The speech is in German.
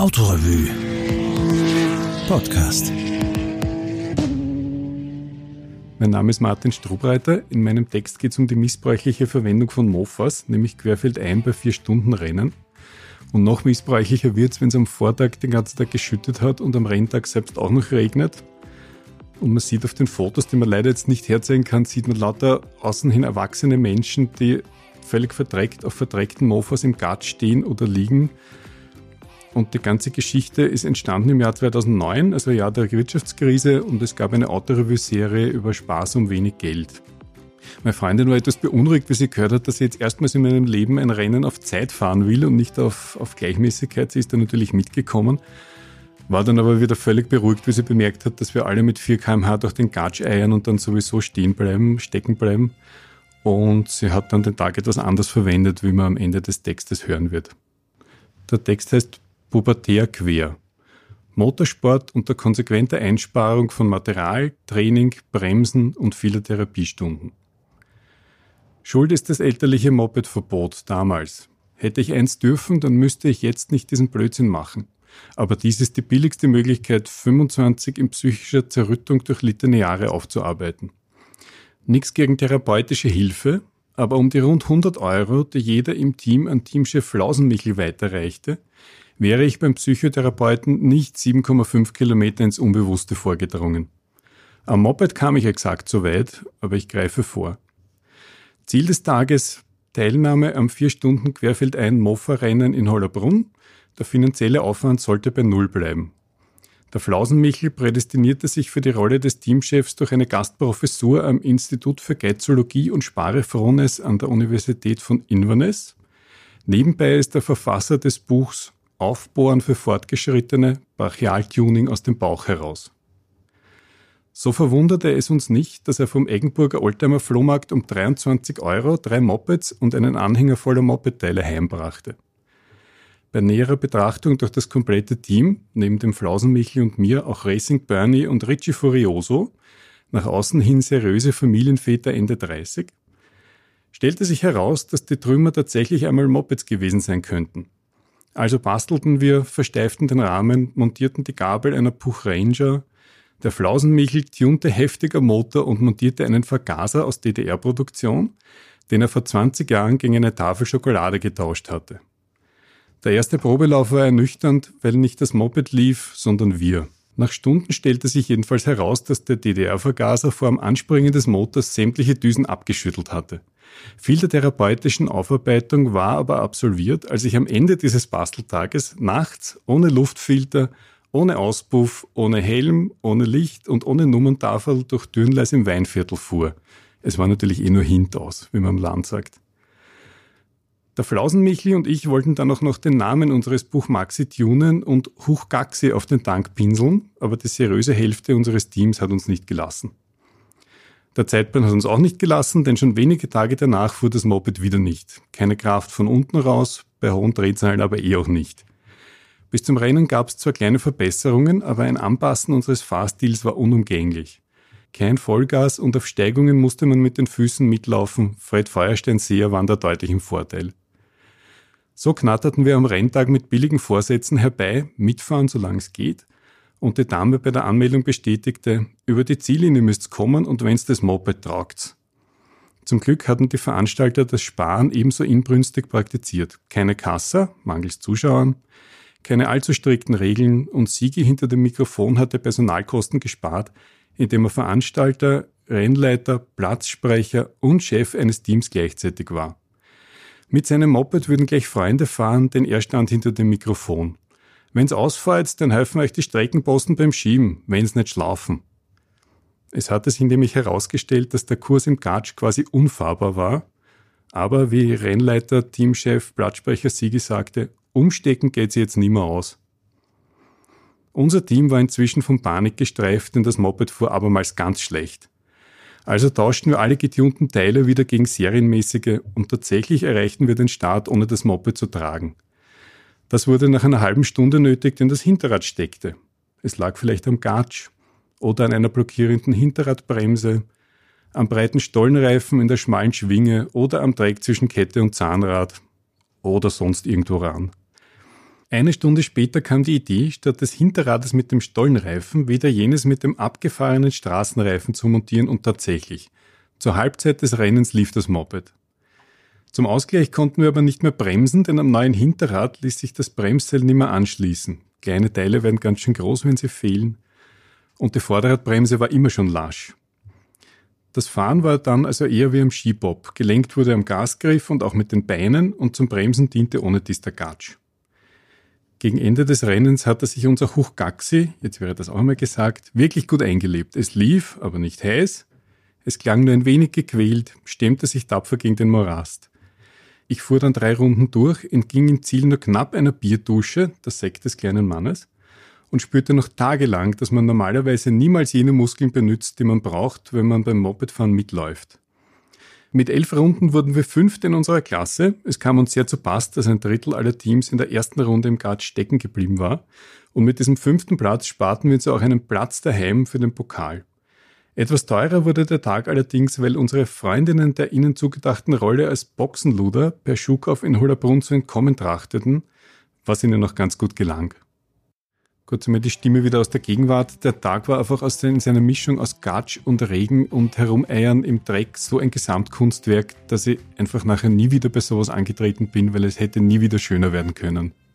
Autorevue Podcast. Mein Name ist Martin Strubreiter. In meinem Text geht es um die missbräuchliche Verwendung von Mofas, nämlich querfeldein bei 4-Stunden-Rennen. Und noch missbräuchlicher wird es, wenn es am Vortag den ganzen Tag geschüttet hat und am Renntag selbst auch noch regnet. Und man sieht auf den Fotos, die man leider jetzt nicht herzeigen kann, sieht man lauter außen hin erwachsene Menschen, die völlig verdreckt auf verdreckten Mofas im Gat stehen oder liegen. Und die ganze Geschichte ist entstanden im Jahr 2009, also Jahr der Wirtschaftskrise, und es gab eine Autorevue-Serie über Spaß um wenig Geld. Meine Freundin war etwas beunruhigt, wie sie gehört hat, dass sie jetzt erstmals in meinem Leben ein Rennen auf Zeit fahren will und nicht auf Gleichmäßigkeit. Sie ist da natürlich mitgekommen, war dann aber wieder völlig beruhigt, wie sie bemerkt hat, dass wir alle mit 4 km/h durch den Gatsch eiern und dann sowieso stecken bleiben. Und sie hat dann den Tag etwas anders verwendet, wie man am Ende des Textes hören wird. Der Text heißt Pubertär quer. Motorsport unter konsequenter Einsparung von Material, Training, Bremsen und vieler Therapiestunden. Schuld ist das elterliche Mopedverbot damals. Hätte ich eins dürfen, dann müsste ich jetzt nicht diesen Blödsinn machen. Aber dies ist die billigste Möglichkeit, 25 in psychischer Zerrüttung durchlittene Jahre aufzuarbeiten. Nichts gegen therapeutische Hilfe, aber um die rund 100 €, die jeder im Team an Teamchef Flausenmichel weiterreichte, wäre ich beim Psychotherapeuten nicht 7,5 Kilometer ins Unbewusste vorgedrungen. Am Moped kam ich exakt so weit, aber ich greife vor. Ziel des Tages: Teilnahme am 4-Stunden-Querfeldein-Mofa-Rennen in Hollabrunn. Der finanzielle Aufwand sollte bei 0 bleiben. Der Flausenmichel prädestinierte sich für die Rolle des Teamchefs durch eine Gastprofessur am Institut für Geizologie und Sparefrohnis an der Universität von Inverness. Nebenbei ist er Verfasser des Buchs Aufbohren für Fortgeschrittene, Brachialtuning aus dem Bauch heraus. So verwunderte es uns nicht, dass er vom Eggenburger Oldtimer Flohmarkt um 23 € 3 Mopeds und einen Anhänger voller Mopedteile heimbrachte. Bei näherer Betrachtung durch das komplette Team, neben dem Flausenmichel und mir auch Racing Bernie und Richie Furioso, nach außen hin seriöse Familienväter Ende 30, stellte sich heraus, dass die Trümmer tatsächlich einmal Mopeds gewesen sein könnten. Also bastelten wir, versteiften den Rahmen, montierten die Gabel einer Puch Ranger, der Flausenmichel tunte heftiger Motor und montierte einen Vergaser aus DDR-Produktion, den er vor 20 Jahren gegen eine Tafel Schokolade getauscht hatte. Der erste Probelauf war ernüchternd, weil nicht das Moped lief, sondern wir. Nach Stunden stellte sich jedenfalls heraus, dass der DDR-Vergaser vor dem Anspringen des Motors sämtliche Düsen abgeschüttelt hatte. Viel der therapeutischen Aufarbeitung war aber absolviert, als ich am Ende dieses Basteltages nachts ohne Luftfilter, ohne Auspuff, ohne Helm, ohne Licht und ohne Nummerntafel durch Dürnleis im Weinviertel fuhr. Es war natürlich nur hintaus, wie man am Land sagt. Der Flausenmichel und ich wollten dann auch noch den Namen unseres Buch Maxi tunen und Huchgaxi auf den Tank pinseln, aber die seriöse Hälfte unseres Teams hat uns nicht gelassen. Der Zeitplan hat uns auch nicht gelassen, denn schon wenige Tage danach fuhr das Moped wieder nicht. Keine Kraft von unten raus, bei hohen Drehzahlen aber auch nicht. Bis zum Rennen gab es zwar kleine Verbesserungen, aber ein Anpassen unseres Fahrstils war unumgänglich. Kein Vollgas und auf Steigungen musste man mit den Füßen mitlaufen. Fred Feuerstein-Seher waren da deutlich im Vorteil. So knatterten wir am Renntag mit billigen Vorsätzen herbei, mitfahren, solange es geht, und die Dame bei der Anmeldung bestätigte, über die Ziellinie müsst's kommen und wenn's das Moped traugt's. Zum Glück hatten die Veranstalter das Sparen ebenso inbrünstig praktiziert. Keine Kassa, mangels Zuschauern, keine allzu strikten Regeln und Sigi hinter dem Mikrofon hatte Personalkosten gespart, indem er Veranstalter, Rennleiter, Platzsprecher und Chef eines Teams gleichzeitig war. Mit seinem Moped würden gleich Freunde fahren, denn er stand hinter dem Mikrofon. Wenn's ausfällt, dann helfen euch die Streckenposten beim Schieben, wenn's nicht schlafen. Es hatte sich nämlich herausgestellt, dass der Kurs im Gatsch quasi unfahrbar war, aber wie Rennleiter, Teamchef, Platzsprecher Sigi sagte, umstecken geht's jetzt nie mehr aus. Unser Team war inzwischen von Panik gestreift, denn das Moped fuhr abermals ganz schlecht. Also tauschten wir alle getunten Teile wieder gegen serienmäßige und tatsächlich erreichten wir den Start, ohne das Moped zu tragen. Das wurde nach einer halben Stunde nötig, denn das Hinterrad steckte. Es lag vielleicht am Gatsch oder an einer blockierenden Hinterradbremse, am breiten Stollenreifen in der schmalen Schwinge oder am Dreieck zwischen Kette und Zahnrad oder sonst irgendwo ran. Eine Stunde später kam die Idee, statt des Hinterrades mit dem Stollenreifen wieder jenes mit dem abgefahrenen Straßenreifen zu montieren und tatsächlich. Zur Halbzeit des Rennens lief das Moped. Zum Ausgleich konnten wir aber nicht mehr bremsen, denn am neuen Hinterrad ließ sich das Bremsseil nicht mehr anschließen. Kleine Teile werden ganz schön groß, wenn sie fehlen. Und die Vorderradbremse war immer schon lasch. Das Fahren war dann also eher wie am Skibob. Gelenkt wurde am Gasgriff und auch mit den Beinen und zum Bremsen diente ohne dies der Gatsch. Gegen Ende des Rennens hatte sich unser Hochgaxi, jetzt wäre das auch einmal gesagt, wirklich gut eingelebt. Es lief, aber nicht heiß. Es klang nur ein wenig gequält, stemmte sich tapfer gegen den Morast. Ich fuhr dann 3 Runden durch, entging im Ziel nur knapp einer Bierdusche, der Sekt des kleinen Mannes, und spürte noch tagelang, dass man normalerweise niemals jene Muskeln benutzt, die man braucht, wenn man beim Mopedfahren mitläuft. Mit 11 Runden wurden wir 5. in unserer Klasse. Es kam uns sehr zu Pass, dass ein Drittel aller Teams in der ersten Runde im Gat stecken geblieben war. Und mit diesem 5. Platz sparten wir uns auch einen Platz daheim für den Pokal. Etwas teurer wurde der Tag allerdings, weil unsere Freundinnen der ihnen zugedachten Rolle als Boxenluder per Schuhkauf in Hollabrunn zu entkommen trachteten, was ihnen noch ganz gut gelang. Kurz einmal die Stimme wieder aus der Gegenwart. Der Tag war einfach in seiner Mischung aus Gatsch und Regen und Herumeiern im Dreck so ein Gesamtkunstwerk, dass ich einfach nachher nie wieder bei sowas angetreten bin, weil es hätte nie wieder schöner werden können.